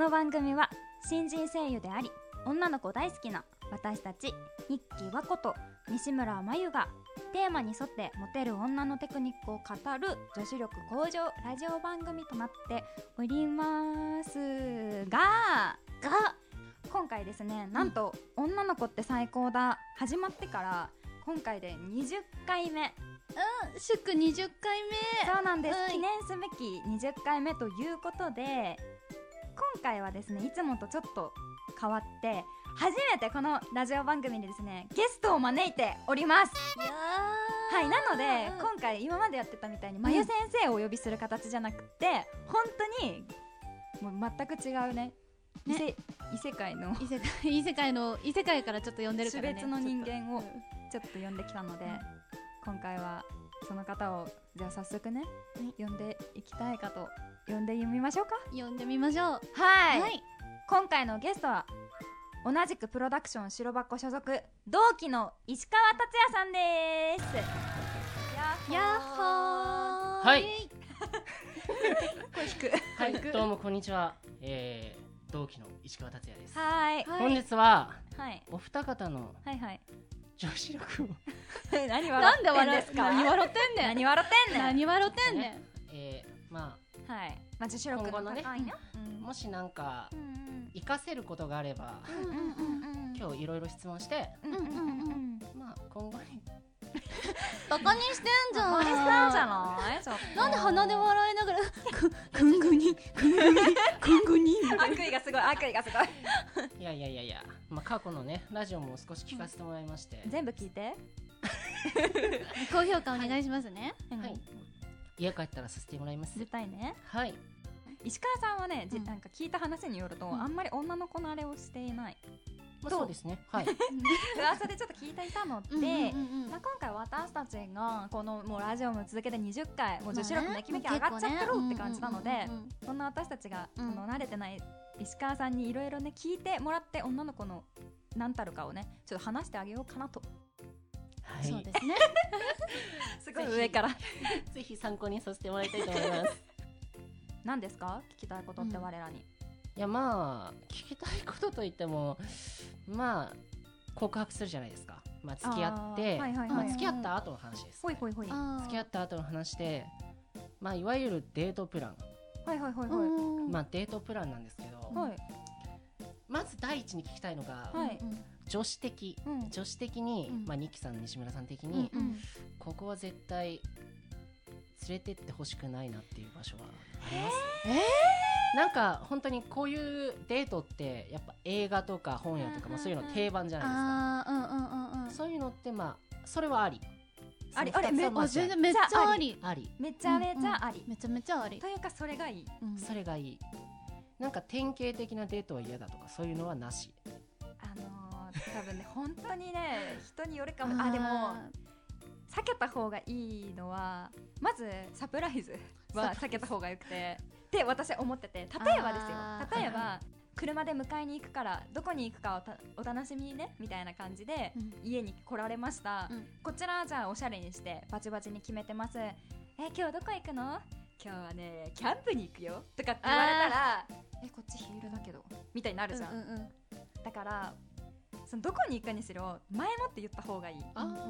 の番組は新人声優であり女の子大好きな私たち日記和子と西村真由がテーマに沿ってモテる女のテクニックを語る女子力向上ラジオ番組となっておりますが今回ですね、なんと、女の子って最高だ始まってから今回で20回目。 祝20回目。 そうなんです、記念すべき20回目ということで、今回はですねいつもとちょっと変わって初めてこのラジオ番組でですねゲストを招いております。はい、なので今回今までやってたみたいにまゆ先生をお呼びする形じゃなくて、本当にもう全く違うね異世界の異世界からちょっと呼んでるからね、 種別の人間をちょっと呼んできたので、今回はその方をじゃあ早速ね、呼んでいきたいかと。呼んでみましょうか。 呼んでみましょう。 はい、今回のゲストは同じくプロダクション白箱所属同期の石川達也さんです。 やっほー。 はい声低くはい、どうもこんにちは、同期の石川達也です。 はい、 本日は、 はい、 お二方のはいはい女子力を何なんで笑ってんですか。 何笑ってんねん。 何笑ってんねん。 何笑ってんねん。 まあ、はい、まあ、女子力の高いね、 もしなんか活かせることがあれば、今日いろいろ質問して、まあ今後にバカにしてんじゃん。 バカにしたんじゃない。 なんで鼻で笑いながらくんぐに悪意がすごいいや、まあ過去のねラジオも少し聞かせてもらいまして、 全部聞いて高評価お願いしますね。 はい、家帰ったらさせてもらいます。 絶対ね。 はい。 石川さんはね、なんか聞いた話によると、あんまり女の子のあれをしていない。 そうですね。はい。 噂でちょっと聞いていたので、まあ今回私たちがこのもうラジオも続けて20回、もう女子力めきめき上がっちゃってるって感じなので、そんな私たちが慣れてない石川さんにいろいろね聞いてもらって、女の子の何たるかをねちょっと話してあげようかなと。 はい、 そうですね。 すごい上からぜひ参考にさせてもらいたいと思います。 何ですか聞きたいことって我らに。 いやまあ聞きたいことといっても、まあ告白するじゃないですか。まあ付き合って、まあ付き合った後の話です。 ほいほいほい。 付き合った後の話で、まあいわゆるデートプラン。まあデートプランなんですけど、まず第一に聞きたいのが、女子的に、まあニキさん西村さん的に、ここは絶対連れてってほしくないなっていう場所はあります？なんか本当にこういうデートってやっぱ映画とか本屋とかもそういうの定番じゃないですか。そういうのってまあそれはあり。 あり全然めっちゃあり。 めちゃめちゃあり。 めちゃめちゃあり。 というかそれがいい。 それがいい。なんか典型的なデートは嫌だとかそういうのはなし。 多分ね本当にね人によるかも。でも避けた方がいいのはまずサプライズは避けた方がよくてって私は思ってて、例えば車で迎えに行くからどこに行くかお楽しみにねみたいな感じで家に来られました、こちらじゃあおしゃれにしてバチバチに決めてます。今日どこ行くの？今日はねキャンプに行くよとかって言われたらこっちヒールだけどみたいになるじゃん、だからそのどこに行くにしろ前もって言った方がいい。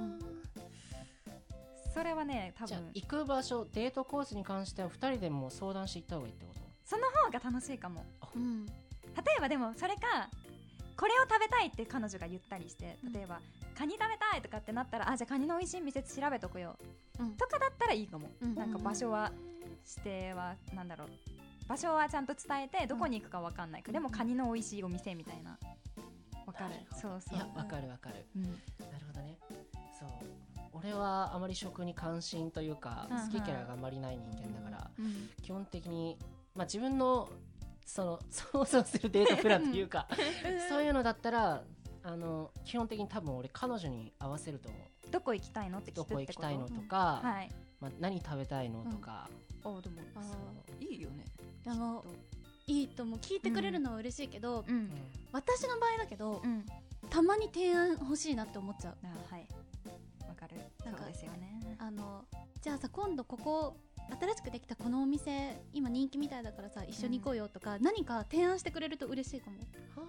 それはね多分じゃあ行く場所デートコースに関しては2人でも相談していった方がいいってこと？ その方が楽しいかも。例えばでもそれかこれを食べたいって彼女が言ったりして、例えばカニ食べたいとかってなったらじゃあカニの美味しい店調べとくよ、とかだったらいいかも。なんか場所は指定はなんだろう、場所はちゃんと伝えてどこに行くか分かんないか、でもカニの美味しいお店みたいな。分かる。そうそう。 いや分かる。なるほどね。そう俺はあまり食に関心というか好き嫌いがあまりない人間だから、基本的にまあ自分のその想像するデートプランというかそういうのだったら基本的に多分俺彼女に合わせると思う。 どこ行きたいのって聞くってこと？ どこ行きたいのとか、まあ、何食べたいのとか、 でもいいよね。 いいと思う。聞いてくれるのは嬉しいけど、私の場合だけど、たまに提案欲しいなって思っちゃう。 かる。 なんかそうですよね。 じゃあさ、今度ここ新しくできたこのお店今人気みたいだからさ一緒に行こうよとか、何か提案してくれると嬉しいかも。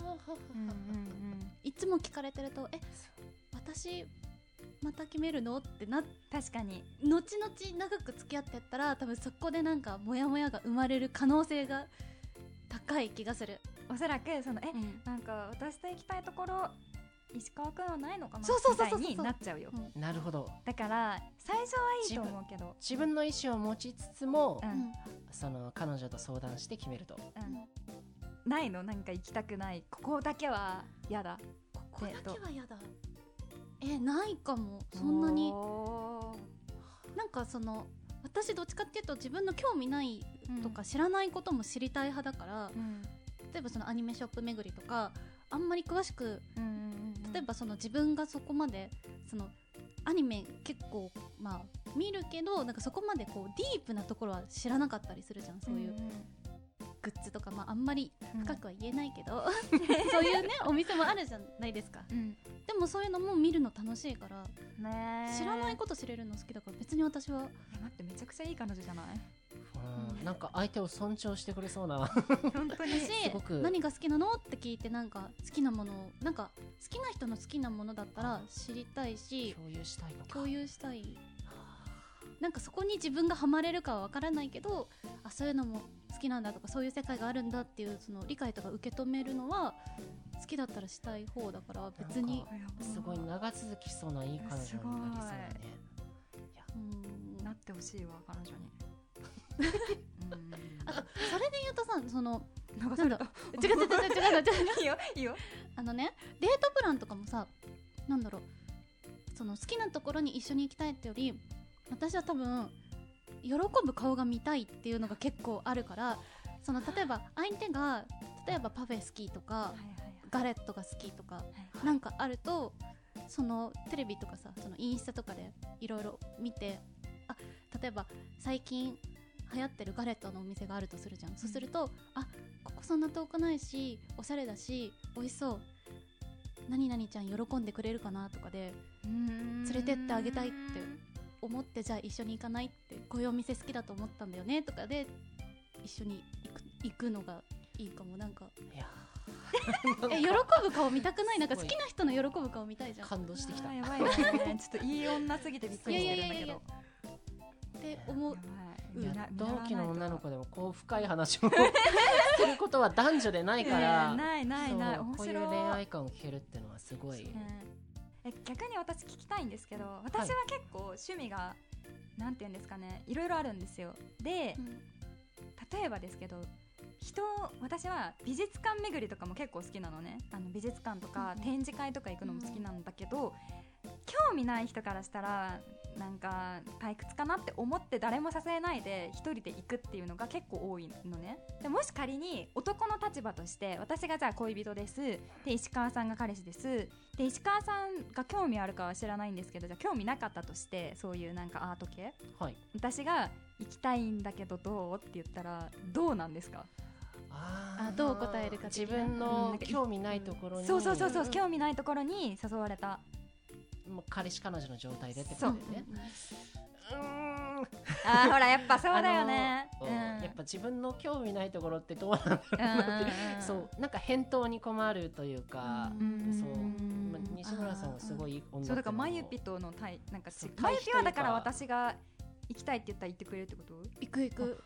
いつも聞かれてると私また決めるのって確かに後々長く付き合ってったら多分そこでなんかモヤモヤが生まれる可能性が高い気がする。 おそらくなんか私と行きたいところ石川くんはないのかなそうみたいになっちゃうよ。 なるほど。 だから最初はいいと思うけど自分の意思を持ちつつも、 うん、 彼女と相談して決めると、 ないの？なんか行きたくない、ここだけは嫌だ、 ここだけは嫌だ、ないかも。そんなになんか私どっちかっていうと自分の興味ないとか知らないことも知りたい派だから、例えばアニメショップ巡りとかあんまり詳しく、例えば自分がそこまでアニメ結構見るけどなんかそこまでこうディープなところは知らなかったりするじゃん。そういうグッズとか、あんまり深くは言えないけど、そういうねお店もあるじゃないですか、でもそういうのも見るの楽しいから、知らないこと知れるの好きだから別に私は。 待って、めちゃくちゃいい彼女じゃない？ なんか相手を尊重してくれそうな本当にすごく。何が好きなのって聞いて、なんか好きなものをなんか好きな人の好きなものだったら知りたいし共有したいのか。 共有したい。なんかそこに自分がハマれるかは分からないけど、そういうのも好きなんだとかそういう世界があるんだっていう理解とか受け止めるのは好きだったらしたい方だから、別にすごい長続きしそうないい彼女になりそうだね。 なってほしいわ彼女に。 あとそれで言うとさ、 流された。 違ういいよいいよ。 デートプランとかもさ、なんだろう、好きなところに一緒に行きたいってより、私は多分喜ぶ顔が見たいっていうのが結構あるから、例えば相手がパフェ好きとか、ガレットが好きとか、なんかあるとテレビとかさ、インスタとかでいろいろ見て、例えば最近流行ってるガレットのお店があるとするじゃん。そうするとここそんな遠くないしおしゃれだし美味しそう、何々ちゃん喜んでくれるかなとかで連れてってあげたいって思って、じゃあ一緒に行かないって、こういうお店好きだと思ったんだよねとかで一緒に行くのがいいかも。なんかいや喜ぶ顔見たくない？なんか好きな人の喜ぶ顔見たいじゃん。 感動してきた。 やばいねちょっといい女すぎてびっくりしてるんだけどって思う。 同期の女の子でもこう深い話をすることは男女でないから、 ない面こういう恋愛観を聞けるっていうのはすごい。 逆に私聞きたいんですけど、私は結構趣味がなんていうんですかね、いろいろあるんですよ。で、例えばですけど、私は美術館巡りとかも結構好きなのね。美術館とか展示会とか行くのも好きなんだけど、興味ない人からしたらなんか退屈かなって思って誰も誘えないで一人で行くっていうのが結構多いのね。でもし仮に男の立場として、私がじゃあ恋人です、で石川さんが彼氏です、で石川さんが興味あるかは知らないんですけど、じゃあ興味なかったとして、そういうなんかアート系、私が行きたいんだけどどうって言ったらどうなんですか？ どう答えるか自分の興味ないところに、 そう興味ないところに誘われた、 彼氏彼女の状態でってことだよね。 ほらやっぱそうだよね。 やっぱ自分の興味ないところってどうなんだろうなって、そうなんか返答に困るというか、西村さんはすごい女の子。 そうだからマユピとのなんかマユピはだから私が行きたいって言ったら行ってくれるってこと？ 行く。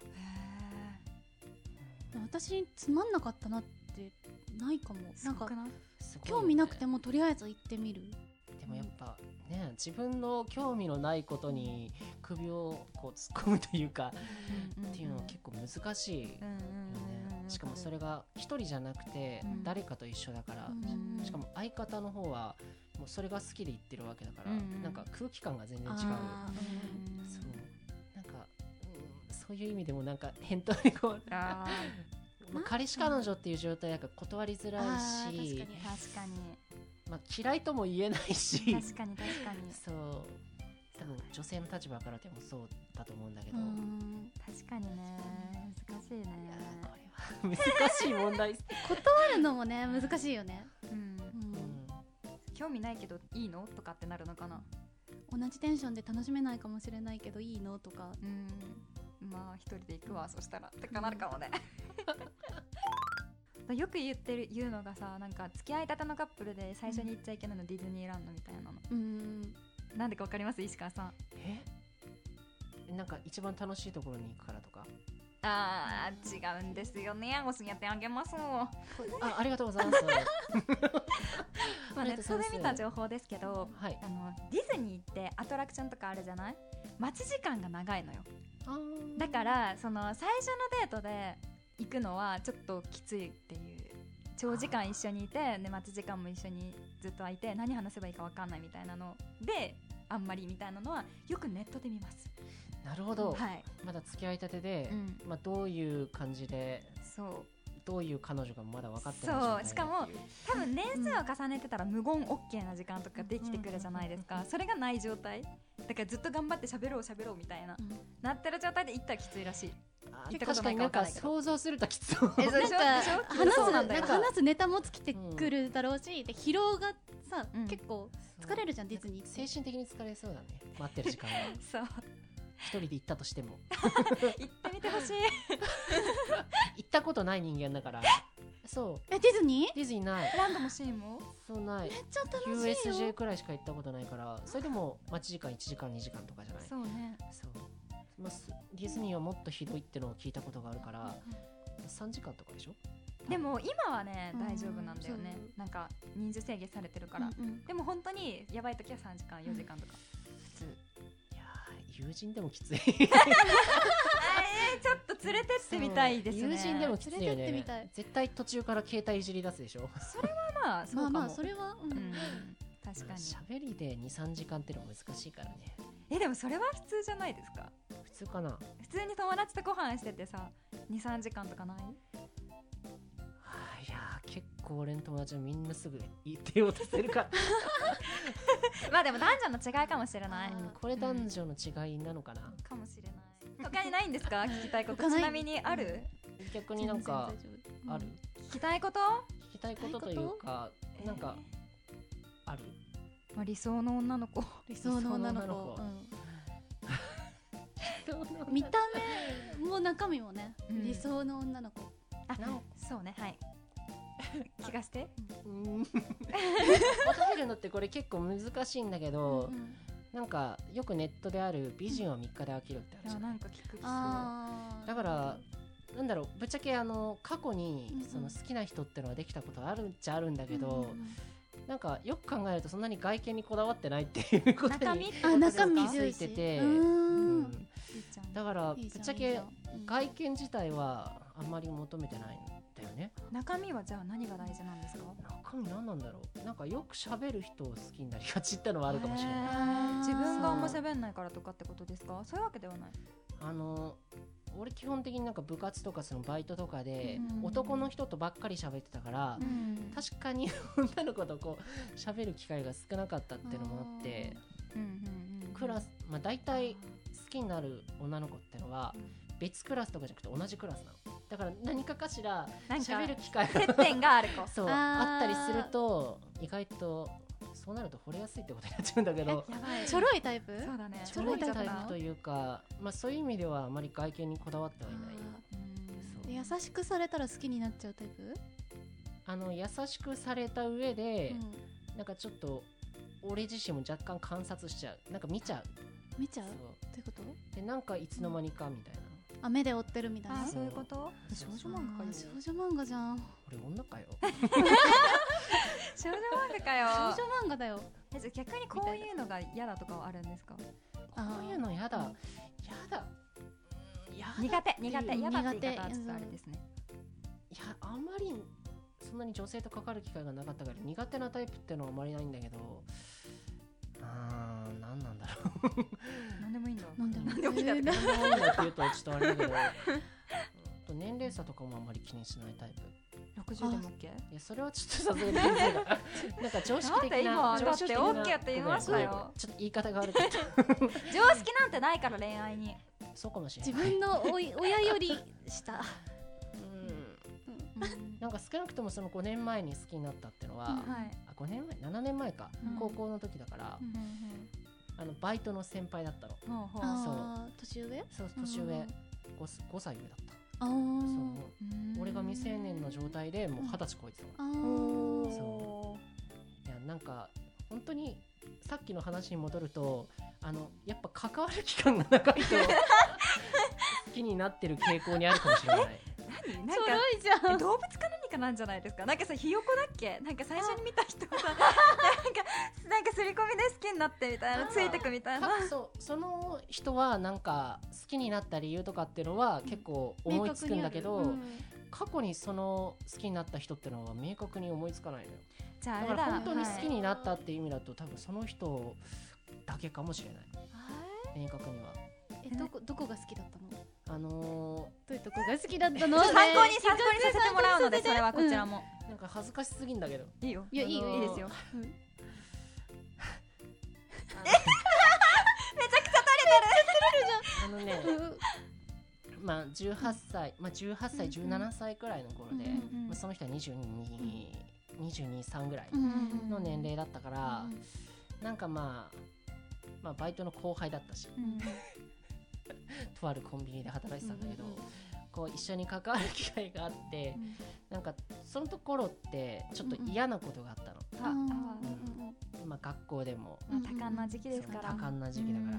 私つまんなかったなってないかも。なんか興味なくてもとりあえず行ってみる。 でもやっぱね、自分の興味のないことに首をこう突っ込むというか、っていうのは結構難しいよね。しかもそれが一人じゃなくて誰かと一緒だから、しかも相方の方はもうそれが好きで言ってるわけだから、なんか空気感が全然違う。そうなんか、そういう意味でもなんか返答にこう彼氏彼女っていう状態だから断りづらいし、 確かに嫌いとも言えないし、 確かにそう多分女性の立場からでもそうだと思うんだけど、 確かにね、難しいね。 これは難しい問題断るのもね難しいよね。 興味ないけどいいのとかってなるのかな。 同じテンションで楽しめないかもしれないけどいいのとか、 まあ一人で行くわ、そしたらってかなるかもねよく言うのがさ、なんか付き合いたてのカップルで最初に行っちゃいけないのディズニーランドみたいなの、なんでかわかります？石川さん。 なんか一番楽しいところに行くからとか。 違うんですよね。教えてあげますありがとうございますまあネットで見た情報ですけど、ディズニーってアトラクションとかあるじゃない？待ち時間が長いのよ。だからその最初のデートで行くのはちょっときついっていう、長時間一緒にいて、ね、待ち時間も一緒にずっと空いて何話せばいいか分かんないみたいなのであんまりみたいなのはよくネットで見ます。 なるほど、まだ付き合いたてで、どういう感じで、どういう彼女がまだ分かってない状態で、 しかも多分年数を重ねてたら無言 OK な時間とかできてくるじゃないですか。それがない状態だからずっと頑張って喋ろうみたいな、なってる状態で行ったらきついらしい。 確かになんか想像するときつそう。 話すネタも尽きてくるだろうし、で疲労がさ、結構疲れるじゃんディズニー。 精神的に疲れそうだね、待ってる時間はそう一人で行ったとしても行ってみてほしい行ったことない人間だから。そうディズニーない。 ランドもシーもそうない。めっちゃ楽しいよ。 USJ くらいしか行ったことないから。それでも待ち時間1時間2時間とかじゃない。 そうね。 ディズニーはもっとひどいってのを聞いたことがあるから、3時間とかでしょ。 でも今はね大丈夫なんだよね。なんか人数制限されてるから、でも本当にやばい時は3時間4時間とか普通。 いや友人でもきついちょっと連れてってみたいですね。 友人でもきついよね。絶対途中から携帯いじり出すでしょ。 それはまあそうかも。 それは確かに。 喋りで 2,3 時間ってのは難しいからね。 でもそれは普通じゃないですか。 普通かな。 普通に友達とご飯しててさ 2,3 時間とかない？ いや結構俺の友達はみんなすぐ手を出せるからまあでも男女の違いかもしれない。 これ男女の違いなのかな、 かもしれない。他にないんですか？聞きたいこと。ちなみにある？ 逆になんかある？ 聞きたいことというかなんかある？ 理想の女の子。 理想の女の子。見た目も中身もね、理想の女の子。 そうね、はい。聞かせて。 答えるのってこれ結構難しいんだけど、なんかよくネットである美人は3日で飽きるってあるじゃん。 なんか聞く。 だからなんだろう、ぶっちゃけ過去にその好きな人ってのはできたことあるっちゃあるんだけど、なんかよく考えるとそんなに外見にこだわってないっていうことに中身ついてて、だからぶっちゃけ外見自体はあんまり求めてないんだよね。 中身はじゃあ何が大事なんですか？ 中身何なんだろう。なんかよく喋る人を好きになりがちってのはあるかもしれない。 自分があんま喋んないからとかってことですか？そういうわけではない。 俺基本的になんか部活とかそのバイトとかで男の人とばっかり喋ってたから、確かに女の子とこう喋る機会が少なかったっていうのもあって、クラス、大体好きになる女の子ってのは別クラスとかじゃなくて同じクラスなの。だから何かしら喋る機会が接点がある子そうあったりすると意外とそうなると惚れやすいってことになっちゃうんだけどちょろいタイプ？ そうだね。 ちょろいタイプというか、そういう意味ではあまり外見にこだわってはいない。 優しくされたら好きになっちゃうタイプ？ 優しくされた上で、なんかちょっと俺自身も若干観察しちゃう。なんか見ちゃうってことで、なんかいつの間にかみたいな、 目で追ってるみたいな。 そういうこと？少女漫画かよ。 少女漫画じゃん。 俺女かよ少女漫画かよ。 少女漫画だよ。 逆にこういうのが嫌だとかはあるんですか？ こういうの嫌だ。 苦手嫌だって言い方はちょっとあれですね。 いや、あまりそんなに女性と関わる機会がなかったから苦手なタイプってのはあまりないんだけど、何なんだろう何でもいいんだ。 何でもいいんだって言うとちょっとあれだけど年齢差とかもあんまり気にしないタイプ。 60でも OK？ いや、それはちょっとさすがになんか常識的な。 今だって OK って言いましたよ。 ちょっと言い方が悪かった常識なんてないから恋愛に。 そうかもしれない。 自分の親より下なんか少なくともその5年前に好きになったってのは、5年前7年前か、高校の時だから、 バイトの先輩だったの。 そう年上？ そう年上、5歳上だった。そう俺が未成年の状態でもう20歳超えてたの。そういやなんか本当にさっきの話に戻るとやっぱ関わる期間が長いと好きになってる傾向にあるかもしれない。 なんかいじゃん。 動物か何かなんじゃないですか。なんかさひよこだっけ、なんか最初に見た人がさなんか刷り込みで好きになってみたいな、ついてくみたいな。 その人はなんか好きになった理由とかっていうのは結構思いつくんだけど、過去にその好きになった人ってのは明確に思いつかないのよ。 じゃああれだから本当に好きになったっていう意味だと多分その人だけかもしれない、明確には。 どこが好きだったの？ どういうとこが好きだったの？ 参考にさせてもらうので、それはこちらも。 なんか恥ずかしすぎんだけど。 いいよ。 いやいいですよ。 めちゃくちゃ垂れてる。まあ18歳、18歳、17歳くらいの頃で、その人は22、3ぐらいの年齢だったから、なんかまあバイトの後輩だったし、とあるコンビニで働いてたんだけど、こう一緒に関わる機会があって、なんかそのところってちょっと嫌なことがあったの。まあ学校でも多感な時期ですから。 多感な時期だから、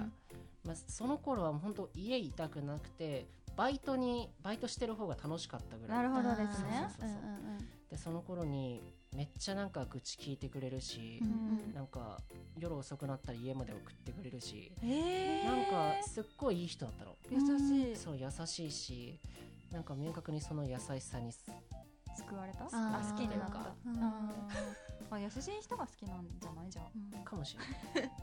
その頃は本当家いたくなくてバイトしてる方が楽しかったぐらい。 なるほどですね。 でその頃にめっちゃなんか愚痴聞いてくれるし、なんか夜遅くなったら家まで送ってくれるし、なんかすっごいいい人だったの。 優しい。 そう優しいし、なんか明確にその優しさに救われた？好きになった。優しい人が好きなんじゃない？じゃあかもしれない。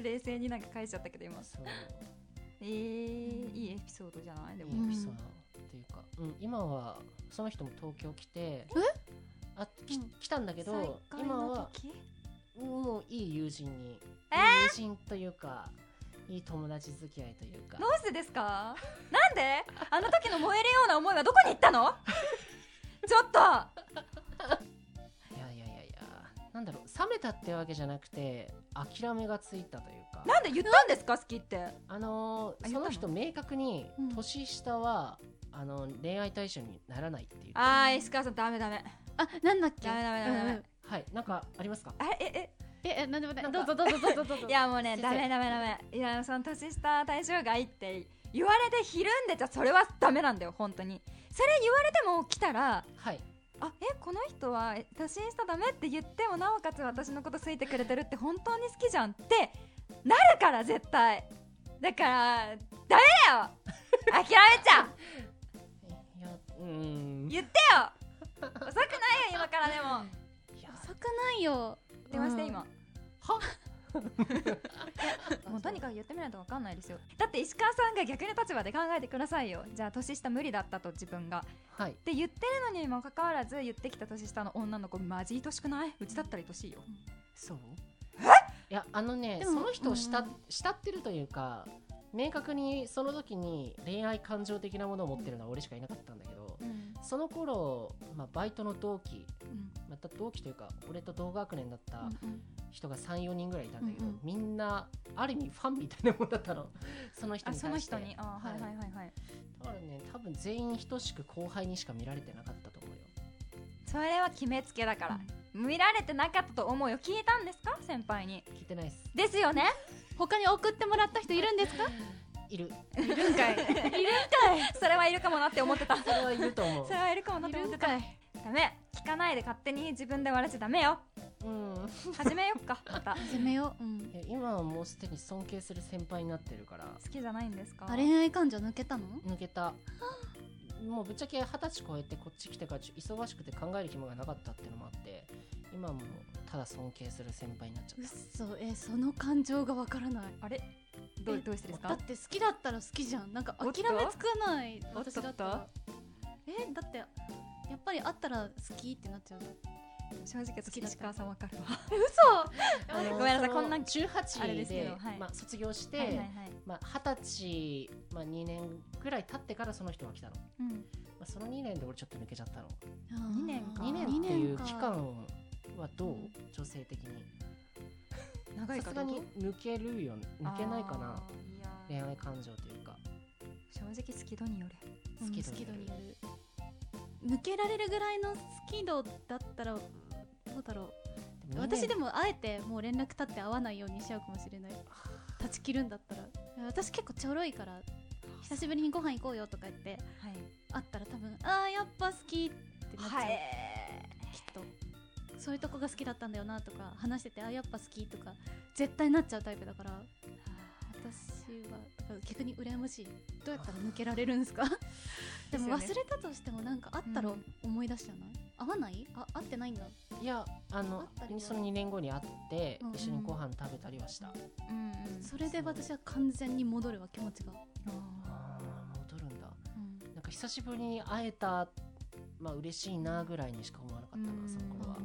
冷静になんか返しちゃったけど今。そういいエピソードじゃない？でもいいエピソードっていうか、今はその人も東京来て来たんだけど、今はもういい友人に、友人というかいい友達付き合いというか。 どうしてですか？なんであの時の燃えるような思いはどこに行ったの？ちょっといやなんだろう、冷めたってわけじゃなくて諦めがついたというか。 なんで言ったんですか？好きって。 その人明確に年下は、恋愛対象にならないっていう。 石川さんダメ。 なんだっけ？ ダメ。 はい、なんかありますか？ なんでもない。どうぞ。 いやもうね、ダメ。いやその年下対象外って言われてひるんでた、それはダメなんだよ本当に。それ言われても来たら、 はい。 この人は年下ダメって言ってもなおかつ私のこと好いてくれてるって本当に好きじゃんってなるから絶対。だからダメだよ。諦めちゃう。言ってよ。遅くないよ今からでも。 遅くないよ。 電話して今。もうとにかく言ってみないと分かんないですよ。だって石川さんが逆の立場で考えてくださいよ。じゃあ年下無理だったと自分が、って言ってるのにもかかわらず言ってきた年下の女の子マジ愛しくない？うちだったら愛しいよ。 そう？いやその人を慕ってるというか、明確にその時に恋愛感情的なものを持ってるのは俺しかいなかったんだけど、その頃、バイトの同期、また同期というか俺と同学年だった人が 3,4 人ぐらいいたんだけど、みんなある意味ファンみたいなもんだったの。その人に対して。 その人に。だからね、多分全員等しく後輩にしか見られてなかったと思うよ。 それは決めつけだから、見られてなかったと思うよ。聞いたんですか先輩に？ 聞いてないです。 ですよね。 他に送ってもらった人いるんですか？ いるんかい。それはいるかもなって思ってた。 それはいると思う。 それはいるかもなって思ってた。ダメ、聞かないで勝手に自分で笑っちゃダメよ。始めよっか。また始めよう。 今はもうすでに尊敬する先輩になってるから。 好きじゃないんですか？ 恋愛感情抜けたの？ 抜けた。もうぶっちゃけ20歳超えてこっち来てから忙しくて考える暇がなかったっていうのもあって、今もただ尊敬する先輩になっちゃった。 その感情がわからない。 あれどうしてですか？ だって好きだったら好きじゃん。なんか諦めつかない。私だったらだってやっぱり会ったら好きってなっちゃう。 正直私石川さんわかるわ。 嘘。 ごめんなさい、こんな 18で卒業して20歳2年くらい経ってからその人が来たの。その2年で俺ちょっと抜けちゃったの。 2年か。 2年っていう期間はどう？女性的に。 さすがに抜けないかな、恋愛感情というか。 正直好き度による。 好き度による。抜けられるぐらいの好き度だったらどうだろう。私でもあえてもう連絡立って会わないようにしちゃうかもしれない。断ち切るんだったら。私結構ちょろいから、久しぶりにご飯行こうよとか言って、会ったら多分やっぱ好きってなっちゃう、きっと。そういうとこが好きだったんだよなとか話してて、やっぱ好きとか絶対なっちゃうタイプだから、私は逆に羨ましい。どうやったら抜けられるんですか？でも忘れたとしてもなんかあったら思い出しちゃうな。会わない？会ってないんだ。 いや、その2年後に会って一緒にご飯食べたりはした。 それで私は完全に戻るわ、気持ちが。 戻るんだ。なんか久しぶりに会えた、嬉しいなぐらいにしか思わなかったな、その頃は。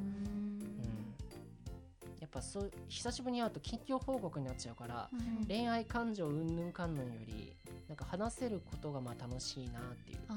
やっぱそう久しぶりに会うと近況報告になっちゃうから、恋愛感情うんぬんかんぬんよりなんか話せることが楽しいなっていう。そう、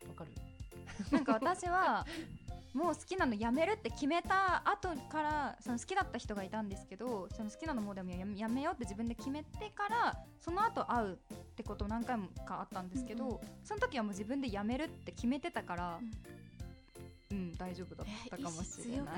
わかる？ なんか私はもう好きなのやめるって決めた後からその好きだった人がいたんですけど、その好きなのもうでもやめようって自分で決めてからその後会うってこと何回もかあったんですけど、その時はもう自分でやめるって決めてたから、大丈夫だったかもしれない。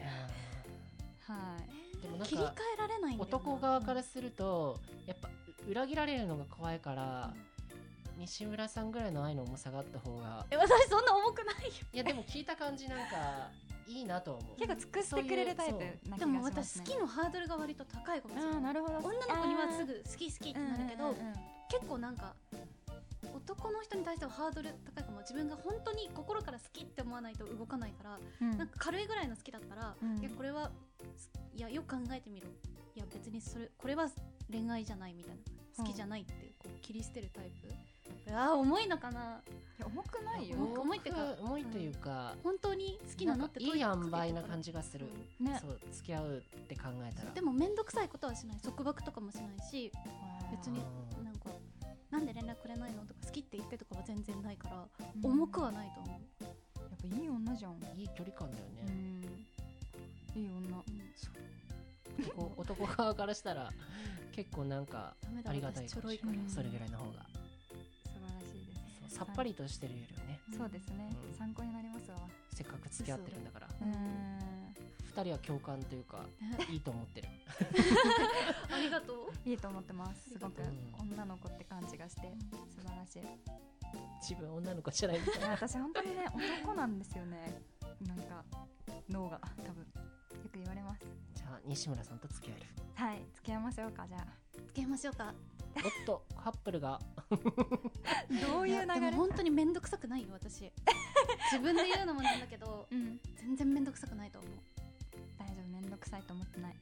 でもなんか切り替えられないんだよな。 男側からするとやっぱ裏切られるのが怖いから、西村さんぐらいの愛の重さがあった方が。 私そんな重くないよ。 いやでも聞いた感じなんかいいなと思う。 結構尽くしてくれるタイプな気がしますね。 でも私好きのハードルが割と高いかもしれない。 なるほど。 女の子にはすぐ好きってなるけど、結構なんか男の人に対してはハードル高いかも。自分が本当に心から好きって思わないと動かないから、なんか軽いぐらいの好きだったら、いやこれはいやよく考えてみろ、いや別にこれは恋愛じゃないみたいな、好きじゃないってこう切り捨てるタイプ。重いのかな。いや重くないよ。 重いというか、 本当に好きなのっていい塩梅な感じがする。そう付き合うって考えたら。 でも面倒くさいことはしない。束縛とかもしないし、別になんで連絡くれないのとか好きって言ってとかは全然ないから、重くはないと思う。 やっぱいい女じゃん。 いい距離感だよね。 いい女。 男側からしたら結構なんかありがたいかもしれない。それぐらいの方が素晴らしいです。 さっぱりとしてるよりはね。 そうですね。参考になりますわ。 せっかく付き合ってるんだから。2人は共感というかいいと思ってる。 ありがとう。 いいと思ってます。すごく女の子って感じがして素晴らしい。 自分女の子じゃないみたいな。 私本当にね男なんですよね。なんか脳が多分よく言われます。 じゃあ西村さんと付き合える。 はい、付き合いましょうか。じゃあ付き合いましょうか。 おっとカップルがどういう流れ？ でも本当にめんどくさくないよ私。自分で言うのもなんだけど、全然めんどくさくないと思う。 大丈夫、めんどくさいと思ってない。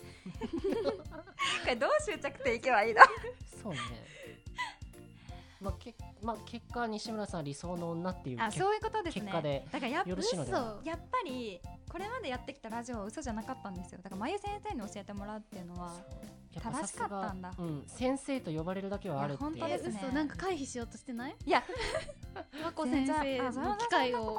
これどう終着点いけばいいの？ そうね。結果西村さん理想の女っていうそういうことですね。 結果でだからよろしいのでは。 やっぱりこれまでやってきたラジオは嘘じゃなかったんですよ。だからまゆ先生に教えてもらうっていうのは正しかったんだ。 先生と呼ばれるだけはあるっていう。 本当ですね。 嘘、なんか回避しようとしてない？ いや、 和子先生の機会を。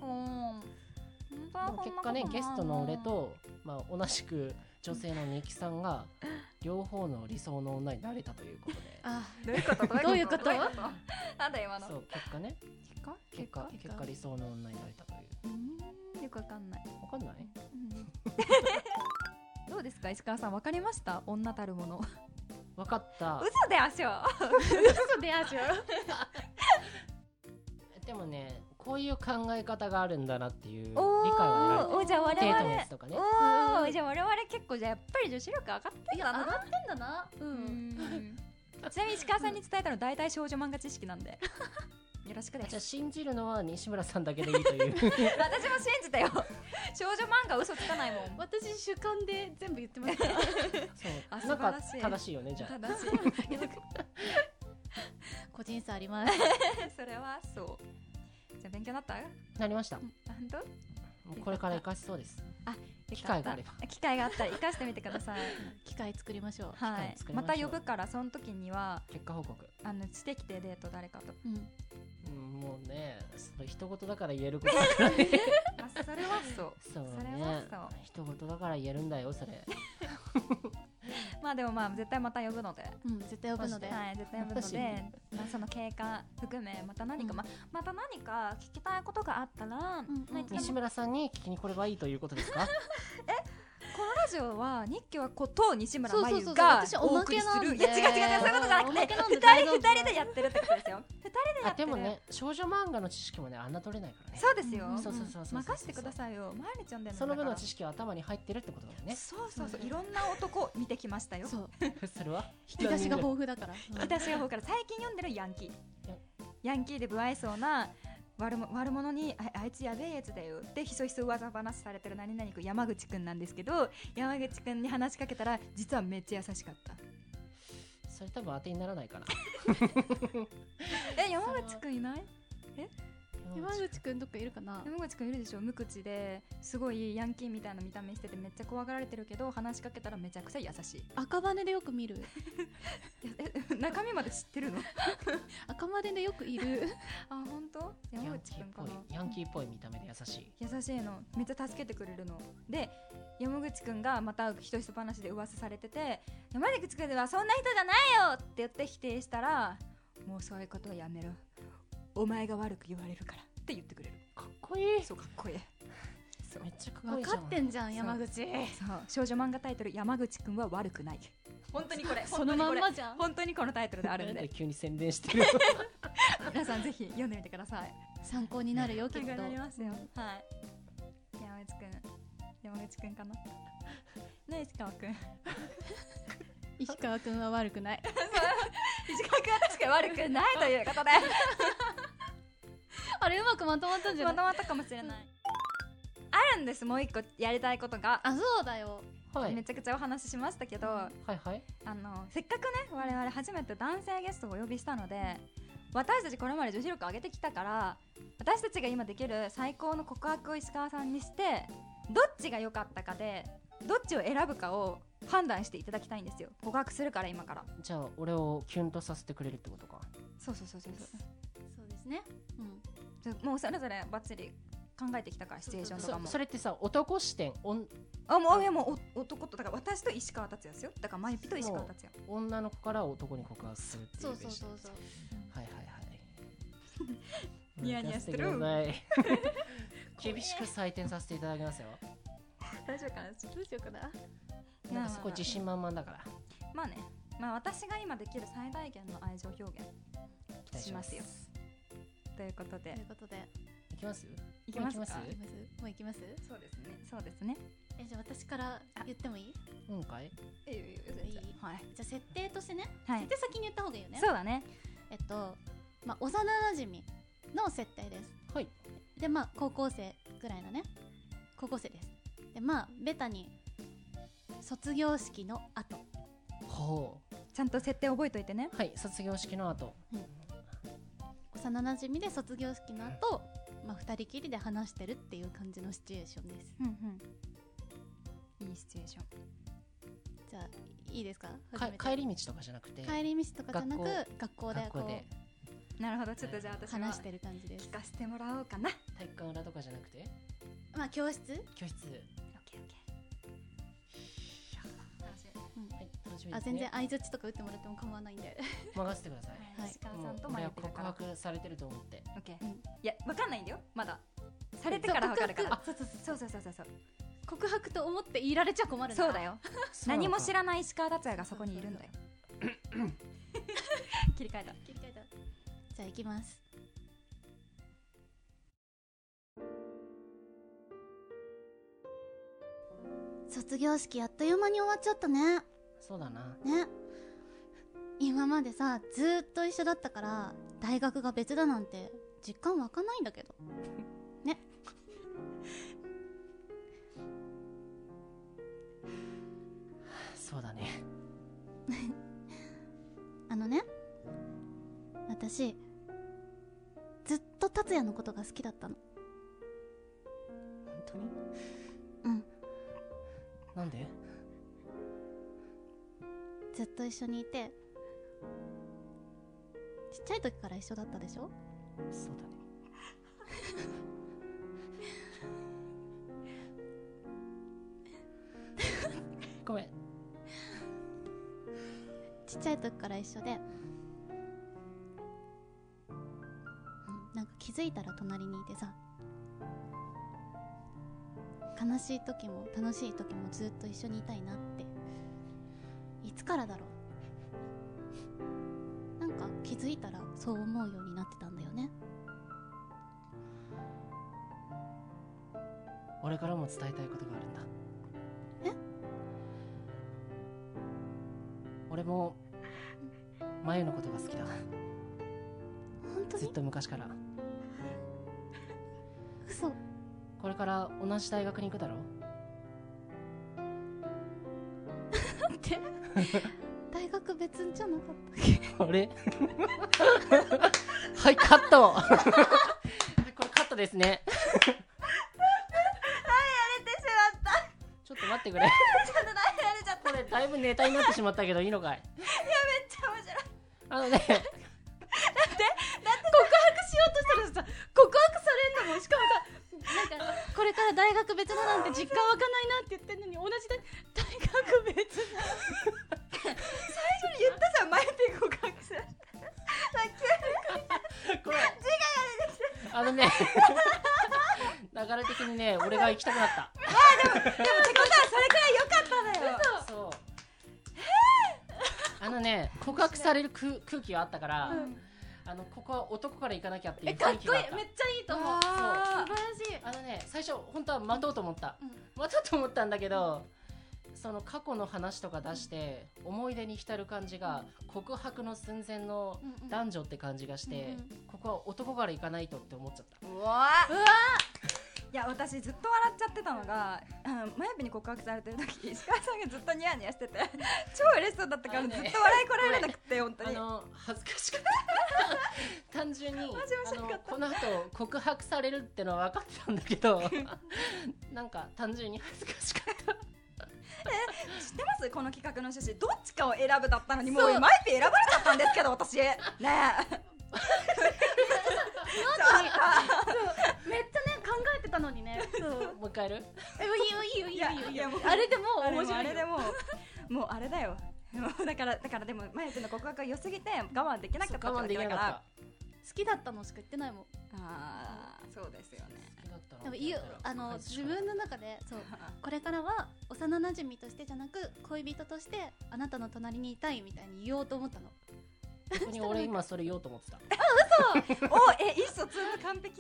結果ね、ゲストの俺と、同じく女性のみきさんが両方の理想の女になれたということで。 どういうこと？ どういうこと？ なんだ今の？ そう、結果ね。結果理想の女になれたという。 よくわかんない。 わかんない？ どうですか石川さん、わかりました？女たるもの。 わかった。 嘘であしょ。 嘘であしょ。 でもね、こういう考え方があるんだなっていう理解は得られてる。 じゃあ我々 デートのやつとかね。 じゃあ我々結構じゃあやっぱり女子力上がってんだな。 上がってんだな。 ちなみに石川さんに伝えたの大体少女漫画知識なんで。よろしくです。 じゃあ信じるのは西村さんだけでいいという。 私も信じたよ。少女漫画嘘つかないもん。 私主観で全部言ってますから。 そう。なんか正しいよね、じゃあ。 正しい。 個人差あります。 それはそう。じゃあ勉強になった？ なりました。 本当？ もうこれから活かしそうです。機会があれば。 機会があったら活かしてみてください。 機会作りましょう。 はい。また呼ぶからその時には結果報告。 してきてデート誰かと。 もうね、それ一言だから言えることだからねそれはそうそうね、 それはそう一言だから言えるんだよそれまあでもまあ絶対また呼ぶので、 絶対呼ぶので、 はい、絶対呼ぶので、まあ、その経過含めまた何か、また何か聞きたいことがあったら、 西村さんに聞きに来ればいいということですかこのラジオは日記はこと西村真由がお送りする、いや違うそういうことじゃなくて二人でやってるってことですよ。二人でやってる。 でもね、少女漫画の知識もね、侮れないからね。 そうですよ。 任せてくださいよ。毎日読んでるのだから。 その分の知識は頭に入ってるってことだよね。 そういろんな男見てきましたよ。 そうそれは引き出しが豊富だから。 引き出しが豊富から最近読んでるヤンキーで不愛想な悪者に あいつやべえやつだよってひそひそ噂話されてる何々くん山口くんなんですけど、山口くんに話しかけたら実はめっちゃ優しかった。 それ多分当てにならないかな山口くんいない？ 山口くんどっかいるかな。 山口くんいるでしょ。無口ですごいヤンキーみたいな見た目しててめっちゃ怖がられてるけど話しかけたらめちゃくちゃ優しい。 赤羽でよく見る中身まで知ってるの赤羽でよくいるあ、本当？山口くんかな。 ヤンキーっぽい見た目で優しいのめっちゃ助けてくれるので、山口くんがまたひとひと話で噂されてて、山口くんはそんな人じゃないよって言って否定したら、もうそういうことはやめろ、お前が悪く言われるからって言ってくれる。 かっこいい。 そう、かっこいい。そう、 めっちゃかっこいいじゃん。分かってんじゃん山口。 そう少女漫画タイトル山口くんは悪くない。本当にこれそのまんまじゃん。 本当にこのタイトルであるんで急に宣伝してる皆さんぜひ読んでみてください。 参考になるよきっと。 なりますよ。はい。山口くんかな。ね、石川くん石川くんは悪くない石川くんは確かに悪くないということであれうまくまとまったんじゃない？ まとまったかもしれない。あるんです、もう一個やりたいことが。 あ、そうだよ。 めちゃくちゃお話ししましたけど、せっかくね我々初めて男性ゲストをお呼びしたので、私たちこれまで女子力上げてきたから、私たちが今できる最高の告白を石川さんにして、どっちが良かったかでどっちを選ぶかを判断していただきたいんですよ。告白するから今から。 じゃあ俺をキュンとさせてくれるってことか。 そうですね。 もうそれぞれバッチリ考えてきたから、シチュエーションとかも。 それってさ、男視点もう男と、だから私と石川達也ですよ。だからマイピと石川達也。 女の子から男に告白するっていう。 そうはいニヤニヤしてる。 厳しく採点させていただきますよ。 大丈夫かな。 どうしようかな。 なんかすごい自信満々だから。 まあね、私が今できる最大限の愛情表現しますよ。ということで。 いきます？ いきますか？ もういきます？ そうですね。 じゃあ私から言ってもいい？ うんかい？ いい。はい。じゃあ設定としてね。設定先に言った方がいいよね。 そうだね。 幼馴染の設定です。 はい。 で高校生ぐらいのね。高校生です。でベタに卒業式の後。 ほう。 ちゃんと設定覚えといてね。 はい。卒業式の後。 幼馴染で卒業式の後、2人きりで話してるっていう感じのシチュエーションです。 いいシチュエーション。 じゃあいいですか？ 帰り道とかじゃなくて。 帰り道とかじゃなく学校でなるほど。ちょっとじゃあ私話してる感じです。 聞かせてもらおうかな。 体育館裏とかじゃなくて。 教室。全然相づちとか打ってもらっても構わないんで任せてください。 石川さんと俺は告白されてると思って。 いや分かんないんだよまだ。されてから分かるから。そう。 告白と思って言いられちゃ困るんだ。 そうだよ。何も知らない石川達也がそこにいるんだよ。切り替えた。 じゃあ行きます。卒業式あっという間に終わっちゃったね。 そうだな。 ね。今までさずーっと一緒だったから大学が別だなんて実感湧かないんだけどね。 そうだね。 私ずっと達也のことが好きだったの。 本当に？ うん。 なんで？ ずっと一緒にいて、ちっちゃい時から一緒だったでしょ？ そうだねごめん。 ちっちゃい時から一緒で、なんか気づいたら隣にいてさ、悲しい時も楽しい時もずっと一緒にいたいなって。いつからだろう、なんか気づいたらそう思うようになってたんだよね。 俺からも伝えたいことがあるんだ。俺もまゆのことが好きだ。 本当に？ ずっと昔から。 嘘。 これから同じ大学に行くだろ。 待って大学別じゃなかったっけ？ あれはい、カットはい、これカットですねちょっと待ってくれこれだいぶネタになってしまったけどいいのかい？ めっちゃ面白い。 あのねだって告白しようとしたらさ、告白されんのも、しかもさ、なんかこれから大学別だなんて実感湧かないなって言ってんのに、同じ大学別だ最初に言ったじゃん、マイピー告白するこれあのね流れ的にね、俺が行きたくなった。 でもってことはそれくらい良かったんだよ。 そうあのね、告白される空気があったから、ここは男から行かなきゃっていう雰囲気があった。 めっちゃいいと思う。 そう素晴らしい。 ね、最初本当は待とうと思った、待とうと思ったんだけど、その過去の話とか出して思い出に浸る感じが告白の寸前の男女って感じがして、ここは男から行かないとって思っちゃった。 うわいや、私ずっと笑っちゃってたのが、マヤピに告白されてる時、石川さんがずっとニヤニヤしてて超嬉しそうだったから、ずっと笑いこらえれなくて、本当に恥ずかしかった単純にこの後告白されるってのは分かってたんだけどなんか単純に恥ずかしかった知ってます？この企画の趣旨、どっちかを選ぶだったのに、もうマイピ選ばれちゃったんですけど、私ねめっちゃね考えてたのにね。そうもう一回やる？ いいよあれでも面白いよ。 あれでももうあれだよ。もうだからでもマヤピの告白が良すぎて我慢できなかったわけだから。 好きだったのしか言ってないもん。 ああ、そうですよね。 でも自分の中でそうこれからは幼馴染としてじゃなく恋人としてあなたの隣にいたいみたいに言おうと思ったの。 逆に俺今それ言おうと思ってた。 嘘お、意思疎通の完璧。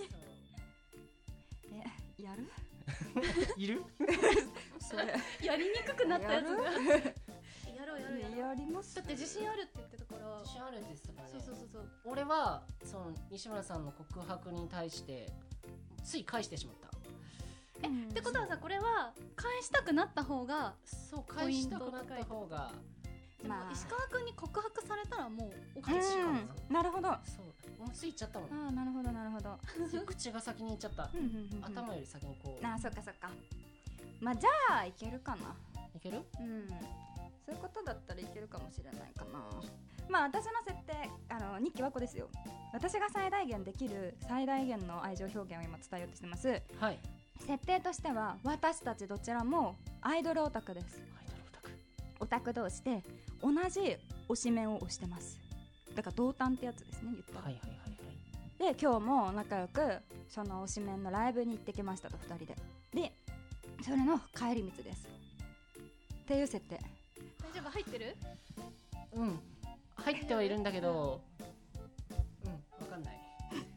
やるいるそれやりにくくなったやつがやります。だって自信あるって言ってたから。 自信あるんですからね。 そう俺はその西村さんの告白に対してつい返してしまった。 ってことはさ、これは返したくなった方がそう、返したくなった方が、 まあ、石川君に告白されたらもうおかしいかなるほど。 そうもうつい言っちゃったもん。 ああ、なるほどなるほど口が先に言っちゃった頭より先にこう。 ああ、そっかそっか。まあじゃあいけるかな。 いける？ そういうことだったらいけるかもしれないかな。まあ私の設定、日記はこですよ。私が最大限できる最大限の愛情表現を今伝えようとしてます。 はい。 設定としては私たちどちらもアイドルオタクです。 アイドルオタク。 オタク同士で同じ推しメンを推してます。だから同担ってやつですね、言ったら。で、今日も仲良くその推しメンのライブに行ってきましたと、2人で。で、それの帰り道ですっていう設定。 大丈夫？入ってる？ 入ってはいるんだけど、わかんない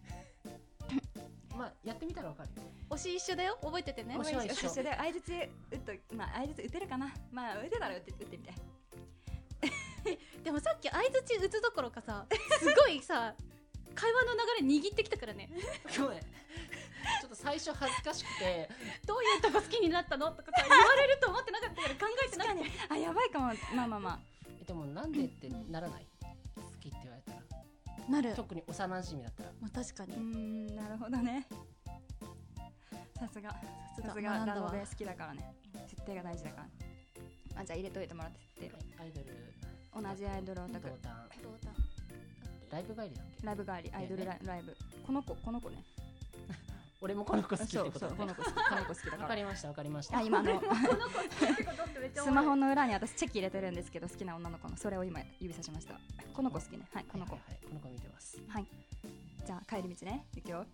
まあやってみたらわかるよ。 推し一緒だよ、覚えててね。 推しは一緒で、相槌打てるかな。まあ打てたら打ってみてでもさっき相槌打つどころかさ、すごいさ会話の流れ握ってきたからねごめんちょっと最初恥ずかしくてどういうとこ好きになったのとかさ言われると思ってなかったから考えてなくてあ、やばいかも。まあでもなんでってならない？好きって言われたらなる。 特に幼馴染だったら。 まあ確かに。 なるほどね。さすがラノベ好きだからね。設定が大事だから。じゃあ入れといてもらって。 アイドル、 同じアイドルオタク。 同担。 ライブ帰りだっけ？ ライブ帰りアイドルライブ、この子ね。 俺もこの子好きってことね。この子好きだから。 わかりました。 今のスマホの裏に私チェキ入れてるんですけど、好きな女の子のそれを今指さしました。この子好きね。はい、この子。 この子見てます。 はい。じゃあ帰り道ね、行くよ。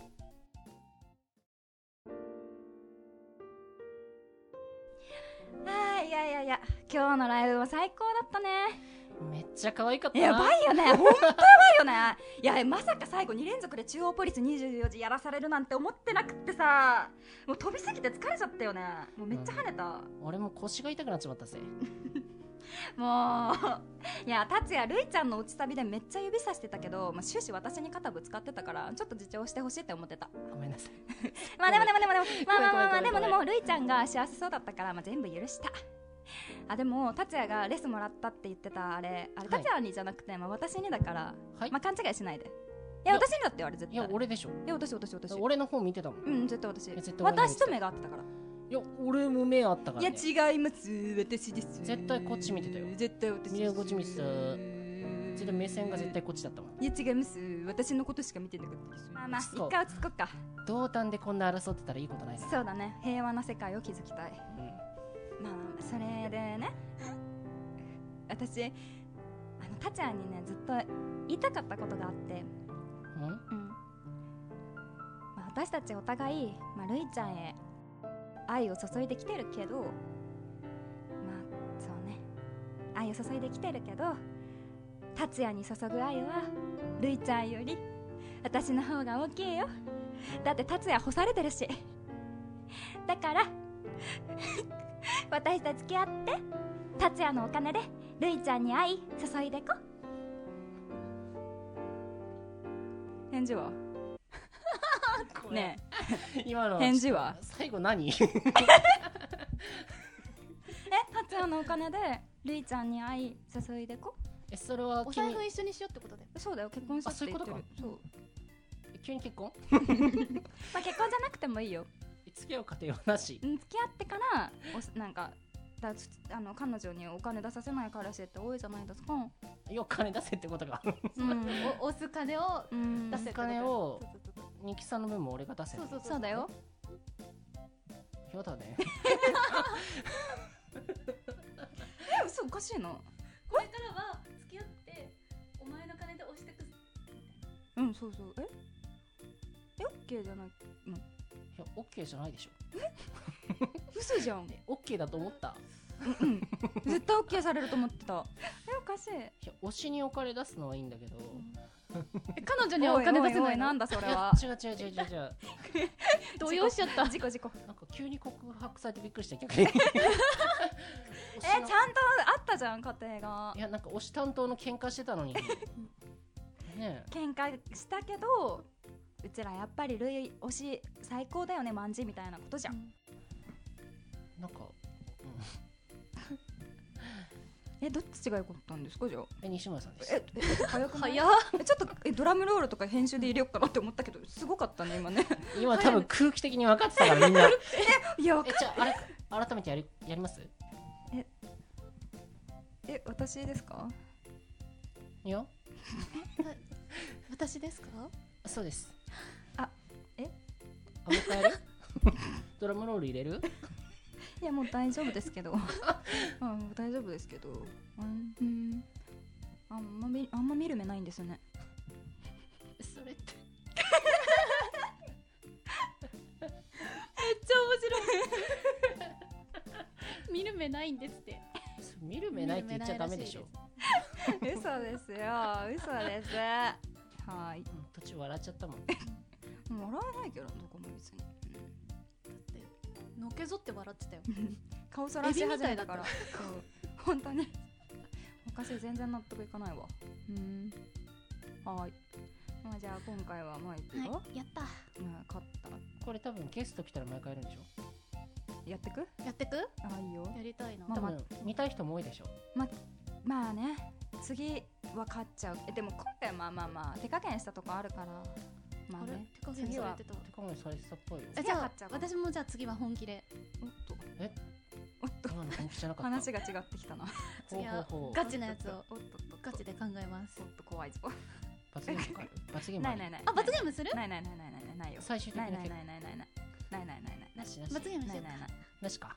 いや今日のライブは最高だったね。 めっちゃ可愛かったな。 やばいよね、本当やばいよね。いやまさか最後2連続で中央ポリス24時やらされるなんて思ってなくってさ、もう飛びすぎて疲れちゃったよね。もうめっちゃ跳ねた、 俺も腰が痛くなっちまったぜ。 もういや達也るいちゃんの落ちサビでめっちゃ指さしてたけど、終始私に肩ぶつかってたからちょっと自重してほしいって思ってた。 ごめんなさい。 でもるいちゃんが幸せそうだったから、全部許した。でも達也がレスもらったって言ってたあれ達也にじゃなくて、私にだから、勘違いしないで。いや私にだってあれ絶対。 いや俺でしょ。 いや私俺の方見てたもん。 絶対私と目が合ってたから。 いや俺も目あったから、ね、 いや違います、私です。 絶対こっち見てたよ。 絶対私です。 見れこっち見てた。絶対目線が絶対こっちだったもん。 いや違います、私のことしか見てなかったです。一回落ち着こっか。 同担でこんな争ってたらいいことないな。 そうだね、平和な世界を築きたい。それでね、私達也にねずっと言いたかったことがあって、私たちお互い、るいちゃんへ愛を注いできてるけど、そうね、愛を注いできてるけど、達也に注ぐ愛はるいちゃんより私の方が大きいよ。だって達也干されてるし。だから私と付き合って達也のお金でるいちゃんに愛注いでこ。返事はねえ今の返事は最後何達也のお金でるいちゃんに愛注いでこ。 それはお財布一緒にしようってことで。 そうだよ、結婚したって言ってる。そう、 急に結婚結婚じゃなくてもいいよ。 付き合う過程はなし。 付き合ってからなんか彼女にお金出させない彼氏って多いじゃないですか。 お金出せってことか。 押す金を出せ。 金をニキさんの分も俺が出せ。 そうだよ。 やだね。 嘘、おかしいな。 これからは付き合ってお前の金で押してく。 そう。OK じゃないの？いや OK じゃないでしょ。 嘘じゃん。 OK だと思った。 絶対 OK されると思ってた。おかしい。 いや推しにお金出すのはいいんだけど、 彼女にはお金出せない。なんだそれは。 違う。 動揺しちゃった。 事故。 なんか急に告白されてびっくりした逆に。ちゃんとあったじゃん家庭が。 いやなんか推し担当の喧嘩してたのに。ね。 喧嘩したけど。うちらやっぱりルイ推し最高だよねマンジみたいなことじゃん。 なんか、 どっちが良かったんですかじゃあ。 西村さんです。 早くない？ちょっとドラムロールとか編集で入れようかなって思ったけどすごかったね今ね。 今多分空気的に分かってたからみんな。 じゃあ改めてやります？ 私ですか？ いや。 私ですか？ そうです。 もう一回やる？ドラムロール入れる？ いやもう大丈夫ですけど。大丈夫ですけど。あんま見る目ないんですね。 それって。 めっちゃ面白い。見る目ないんですって。 見る目ないって言っちゃダメでしょ。 嘘ですよ、嘘です。はい。 途中笑っちゃったもん。 笑わないけどどこも別に。 だってのけぞって笑ってたよ。 顔そらし始めたから。本当に。おかしい、全然納得いかないわ。はい。じゃあ今回はマイクが、 やった。 勝った。 これ多分ゲスト来たら毎回やるんでしょ。 やってく？いいよ。 やりたいな。 多分見たい人も多いでしょ。 まあね。次は勝っちゃう。でも今回まあ手加減したとこあるから。まあね。 次は手加減されてたっぽいよ。 じゃあ私もじゃあ次は本気で。 おっと。 今の本気じゃなかった。 話が違ってきたな。 次はガチなやつをガチで考えます。 ちょっと怖いぞ。 罰ゲームか。罰ゲームない。あ、罰ゲームする？ ないよ。 最終的にない。 なし。 罰ゲームしよう。 なしか。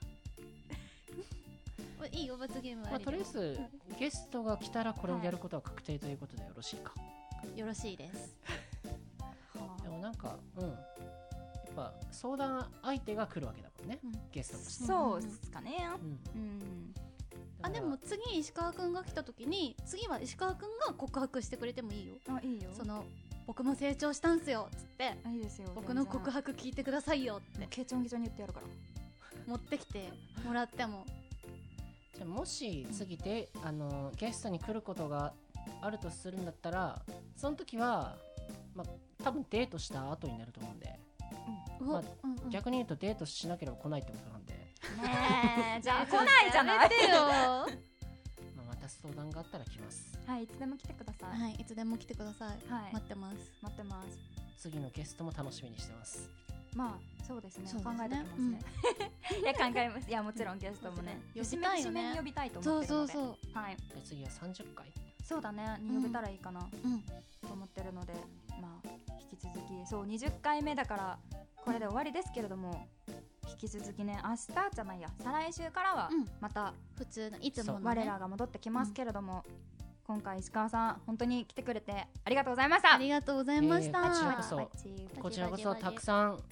いいよ、罰ゲームは。 とりあえずゲストが来たらこれをやることは確定ということでよろしいか。 よろしいです。 でもなんかやっぱ相談相手が来るわけだもんね、ゲストとして。 そうですかね。 でも次石川くんが来た時に、次は石川くんが告白してくれてもいいよ。 いいよ。 僕も成長したんすよっつって、 いいですよ、 僕の告白聞いてくださいよってケチョンケチョンに言ってやるから持ってきてもらっても。 じゃあもし次で、ゲストに来ることがあるとするんだったら、その時は多分デートした後になると思うんで、逆に言うとデートしなければ来ないってことなんでねえ、じゃあ来ないじゃない。 やめてよ。 また相談があったら来ます。 はい、いつでも来てください。 はい、いつでも来てください。待ってます。 次のゲストも楽しみにしてます。 そうですね、考えておきますね。いや、考えます。いや、もちろんゲストもね、指名に呼びたいと思ってるので、はい、 次は30回そうだね、に呼べたらいいかなと思ってるので、引き続き、そう20回目だからこれで終わりですけれども、引き続きね、明日じゃないや、再来週からはまた普通のいつもの我らが戻ってきますけれども、今回石川さん本当に来てくれてありがとうございました。 ありがとうございました。 こちらこそたくさん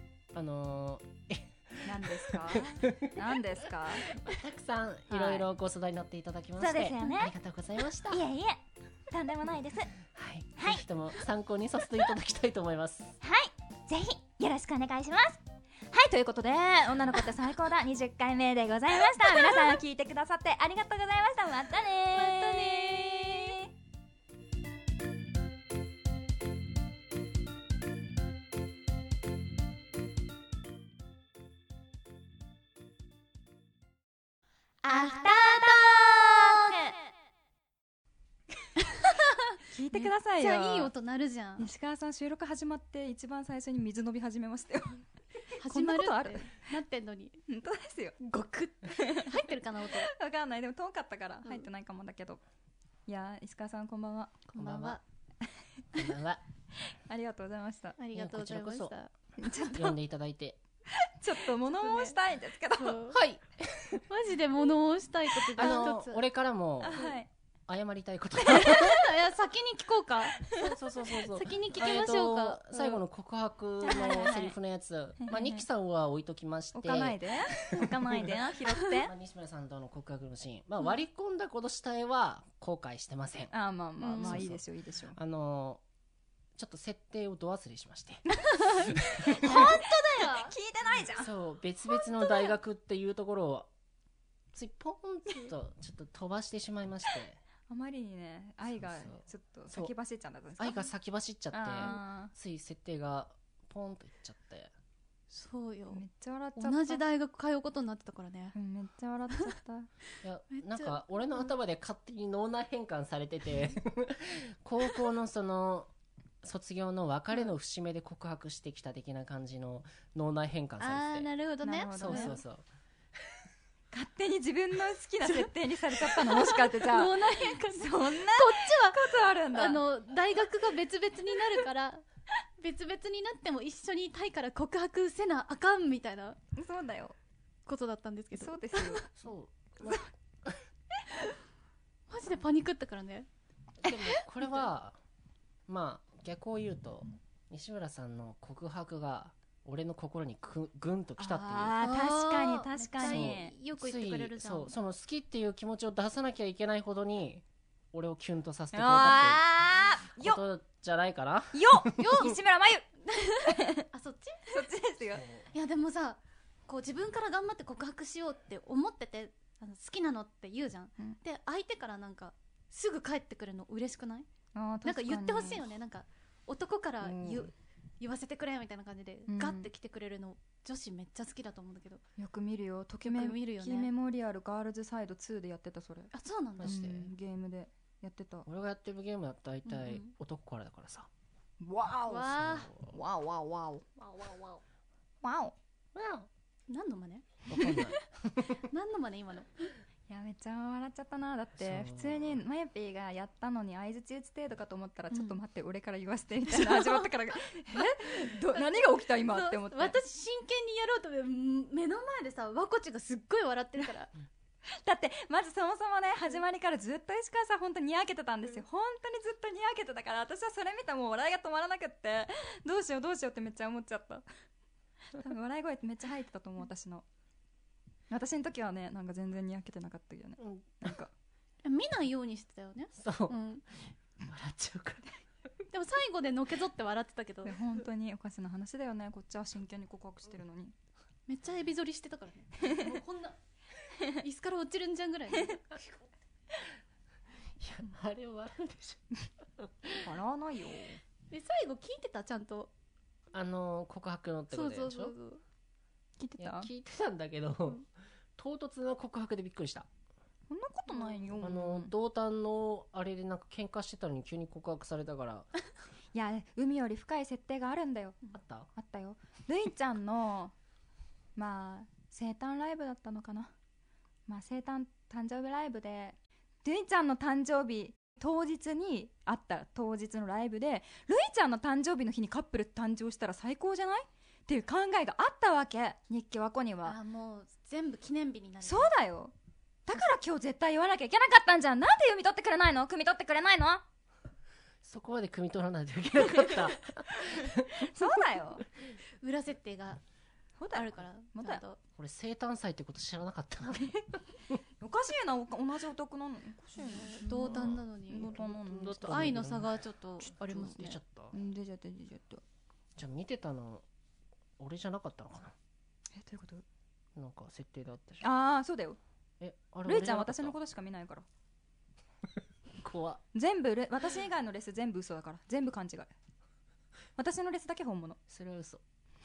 何ですか何ですかたくさんいろいろご相談に乗っていただきまして、 そうですよね、 ありがとうございました。 いえいえ、とんでもないです。はい、 ぜひとも参考にさせていただきたいと思います。 はい、ぜひよろしくお願いします。はい、ということで、女の子って最高だ20回目でございました。皆さん聞いてくださってありがとうございました。またねアフタートーク聞いてくださいよ。 めっちゃいい音鳴るじゃん。 石川さん、収録始まって一番最初に水飲み始めましたよ。 始まるってなってんのに。 本当ですよ。 ゴクッ入ってるかな音。 わかんない。でも遠かったから入ってないかもだけど。いや、石川さんこんばんは。 こんばんは。 こんばんは。 ありがとうございました。 ありがとうございました。 呼んでいただいて。 ちょっと物申したいんですけど。 はい。マジで物申したいことが一つ。 俺からも謝りたいこと。 いや、先に聞こうか。 そう。 先に聞きましょうか。 最後の告白のセリフのやつ、ニキさんは置いときまして。 置かないで。拾って。 西村さんとの告白のシーン、割り込んだこと自体は後悔してません。 まあいいでしょう、いいでしょう。 ちょっと設定をど忘れしまして。 本当だよ。聞いてないじゃん。 そう、別々の大学っていうところをついポンとちょっと飛ばしてしまいまして。 あまりにね、愛がちょっと先走っちゃったんですか。 愛が先走っちゃって、つい設定がポンといっちゃって。 そうよ。 めっちゃ笑っちゃった。 同じ大学通うことになってたからね。 めっちゃ笑っちゃった。 いや、なんか俺の頭で勝手に脳内変換されてて、高校のその卒業の別れの節目で告白してきた的な感じの脳内変換されてて。 なるほどね。 そう。 勝手に自分の好きな設定にされちゃったの、もしかして。じゃあ脳内変換。 そんなこっちはことあるんだ。 大学が別々になるから別々になっても一緒にいたいから告白せなあかんみたいな。 そうだよ。 ことだったんですけど。 そうですよ。 そうマジでパニックったからね。 でもこれは逆を言うと西村さんの告白が俺の心にぐんときたっていう。 確かによく言ってくれるじゃん。 その好きっていう気持ちを出さなきゃいけないほどに俺をキュンとさせてくれたっていうことじゃないかな。 西村真由。 そっちですよ。 いやでもさ、こう自分から頑張って告白しようって思ってて、好きなのって言うじゃん。で相手からなんかすぐ帰ってくるの嬉しくない？なんか言ってほしいよね。なんか男から言わせてくれみたいな感じでガッて来てくれるの、女子めっちゃ好きだと思うんだけど。 よく見るよ。ときめきメモリアルガールズサイド2でやってた。それ。 そうなんだ。 ゲームでやってた。 俺がやってるゲームは大体男からだからさ。 わお何の真似？ わかんない。 何の真似今の。 いやめっちゃ笑っちゃったな。だって普通にマヤピーがやったのに相づち打つ程度かと思ったら、ちょっと待って俺から言わせてみたいな始まったから何が起きた今って思って、 私真剣にやろうと目の前でさ、わこちがすっごい笑ってるからだってまずそもそもね、始まりからずっと石川さん本当ににやけてたんですよ。本当にずっとにやけてたから、私はそれ見たらもう笑いが止まらなくって、どうしようってめっちゃ思っちゃった。多分笑い声ってめっちゃ入ってたと思う。私の時はね、なんか全然にやけてなかったけどね、なんか見ないようにしてたよね。 そう、笑っちゃうからでも最後でのけぞって笑ってたけど、 本当におかしな話だよね。こっちは真剣に告白してるのにめっちゃエビ反りしてたからねもうこんな椅子から落ちるんじゃんぐらい、ね、いやあれ笑うでしょ笑わないよ。 最後聞いてた？ちゃんと告白のってことでしょ。そう聞いてた？ 聞いてたんだけど、唐突な告白でびっくりした。 そんなことないよ。 同担のあれでなんか喧嘩してたのに急に告白されたからいや海より深い設定があるんだよ。 あったよ。るいちゃんのまあ生誕ライブだったのかな、生誕誕生日ライブで、るいちゃんの誕生日当日にあった当日のライブで、るいちゃんの誕生日の日にカップル誕生したら最高じゃないっていう考えがあったわけ、日記和子には。 もう全部記念日になる。 そうだよ。だから今日絶対言わなきゃいけなかったんじゃん。なんで読み取ってくれないの？汲み取ってくれないの？ そこまで汲み取らないといけなかったそうだよ。 裏設定があるから。ちゃんと俺生誕祭ってこと知らなかったなおかしいな、同じお宅なのにおかしいな。 同担なのに愛の差がちょっとありますね。 出ちゃった。 出ちゃった。 じゃあ見てたの俺じゃなかったのかな。 どういうこと？ なんか設定だったじゃん。ああそうだよ。 あれるいちゃん私のことしか見ないから怖っ。 全部私以外のレス全部嘘だから、全部勘違い。私のレスだけ本物。 それは嘘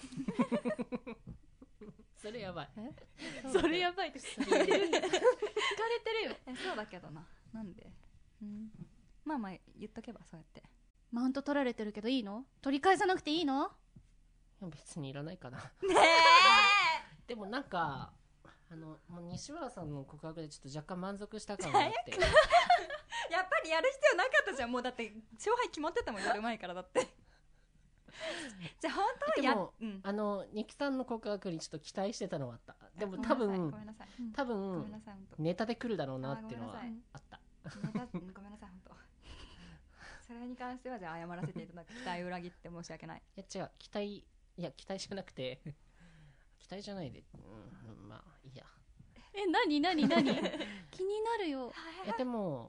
それやばい。 それやばいって聞かれてるよそうだけどな。なんで、まあ言っとけばそうやって。 マウント取られてるけどいいの？取り返さなくていいの？ いや別にいらないかなねでもなんかもう西村さんの告白でちょっと若干満足した感があってやっぱりやる必要なかったじゃん。もうだって勝敗決まってたもん、やる前からだってじゃあ本当はでも、ニキさんの告白にちょっと期待してたのはあった。でも多分ネタで来るだろうなっていうのはあった。 ごめんなさい本当それに関してはじゃあ謝らせていただく。期待裏切って申し訳ない。 いや違う、期待じゃなくて期待じゃないで、まあいいや。 何気になるよ。 いやでも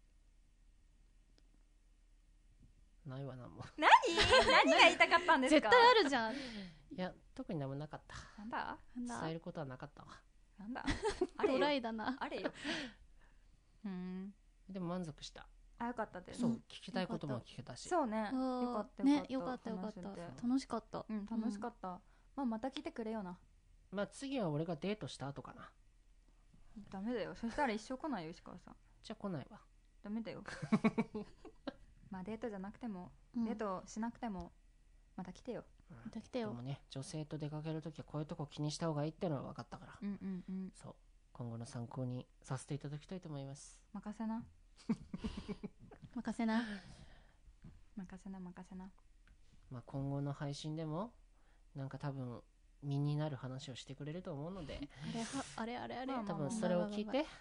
ないわな。もう何が言いたかったんですか？ 絶対あるじゃん。 いや特に何もなかった。 なんだ伝えることはなかったわ。 なんだドライだな。 あれよでも満足した。 よかったです。 そう、聞きたいことも聞けたし。 そうね、よかったね、よかった楽しかった。 楽しかった。また来てくれよな。 次は俺がデートした後かな。 ダメだよ、そしたら一生来ないよ石川さん。 じゃあ来ないわ。 ダメだよデートじゃなくても、デートしなくてもまた来てよ。 また来てよ。 でもね、女性と出かけるときはこういうとこ気にした方がいいっていうのは分かったから、そう今後の参考にさせていただきたいと思います。 任せな任せな。 今後の配信でもなんか多分身になる話をしてくれると思うので、 あれ多分それを聞いて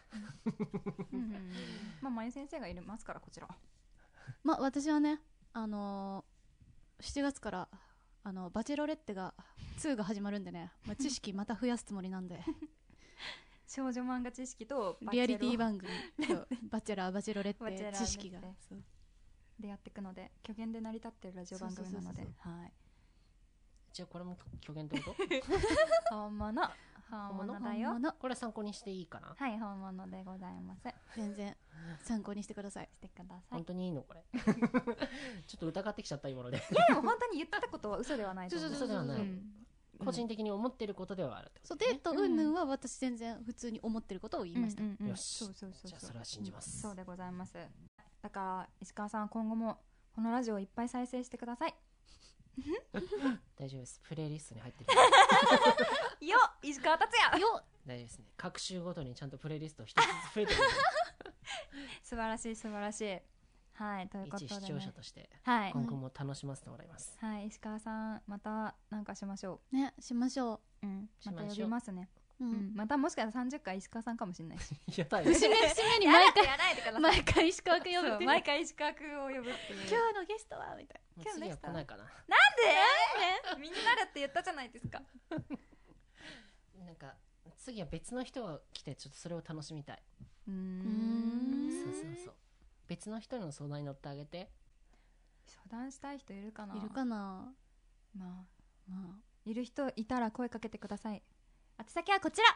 まゆ先生がいますから、こちら私はね、7月からバチェロレッテが2が始まるんでね、知識また増やすつもりなんで少女漫画知識とリアリティ番組バチェラーバチェロレッテ知識がでやっていくので、虚言で成り立ってるラジオ番組なので、 じゃあこれも虚言ってこと本物だよ。 これは参考にしていいかな。 はい、本物でございます。 全然参考にしてください。 本当にいいのこれちょっと疑ってきちゃった今ので。 いやでも本当に言ってたことは嘘ではないと思う。 嘘ではない、個人的に思ってることではある。 そう、デート云々は私全然普通に思ってることを言いました。 よし、じゃあそれは信じます。 そうでございます。だから石川さん、今後もこのラジオをいっぱい再生してください大丈夫です、プレイリストに入ってるよ石川達也よ大丈夫ですね。各週ごとにちゃんとプレイリスト一つずつ増えてる。 素晴らしい素晴らしい。はい、ということで、ね、 一視聴者としてはい今後も楽しませてもらいます。 はい、石川さんまたなんかしましょうね、しましょう。うん、また呼びますね。 う、うんまたもしかしたら30回石川さんかもしれないし。 やだよ。 節目に毎回やらないでください。 毎回石川くん呼ぶっていう、 毎回石川くんを呼ぶっていう。 今日のゲストはみたいもう次は来ないかな。 なんで？みんななるって言ったじゃないですか。 なんか次は別の人が来てちょっとそれを楽しみたい。 うーん、 そうそうそう。別の人の相談に乗ってあげて。 相談したい人いるかな。 いるかな。 まあいる人いたら声かけてください。宛先はこちら。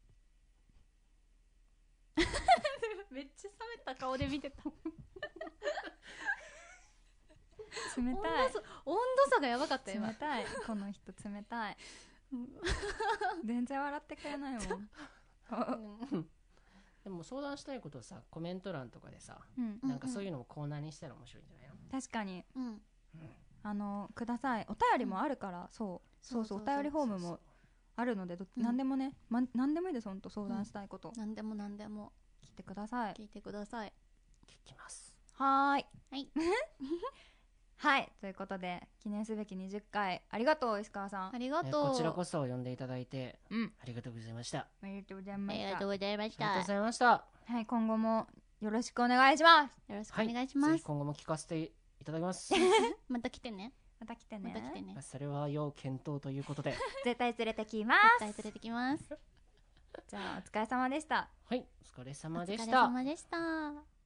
めっちゃ冷めた顔で見てた。 冷たい。 温度差がやばかったよ。 冷たい。この人冷たい。全然笑ってくれないもん。 でも相談したいことをさ、コメント欄とかでさ、なんかそういうのをコーナーにしたら面白いんじゃないの？ 確かに。ください。お便りもあるから、そうお便りフォームもあるので、何でもね、何でもいいです。本当相談したいこと。 何でも聞いてください。 聞いてください。 聞きます。 はーい。 はい。 はい、ということで記念すべき20回ありがとう石川さん。 ありがとう。 こちらこそ呼んでいただいて、ありがとうございました。 ありがとうございました。 ありがとうございました。 ありがとうございました。 はい、今後もよろしくお願いします。 よろしくお願いします。 ぜひ今後も聞かせていただきます。 また来てね。 また来てね。 それは要検討ということで。 絶対連れてきます。 絶対連れてきます。 じゃあお疲れ様でした。 はい、お疲れ様でした。 お疲れ様でした。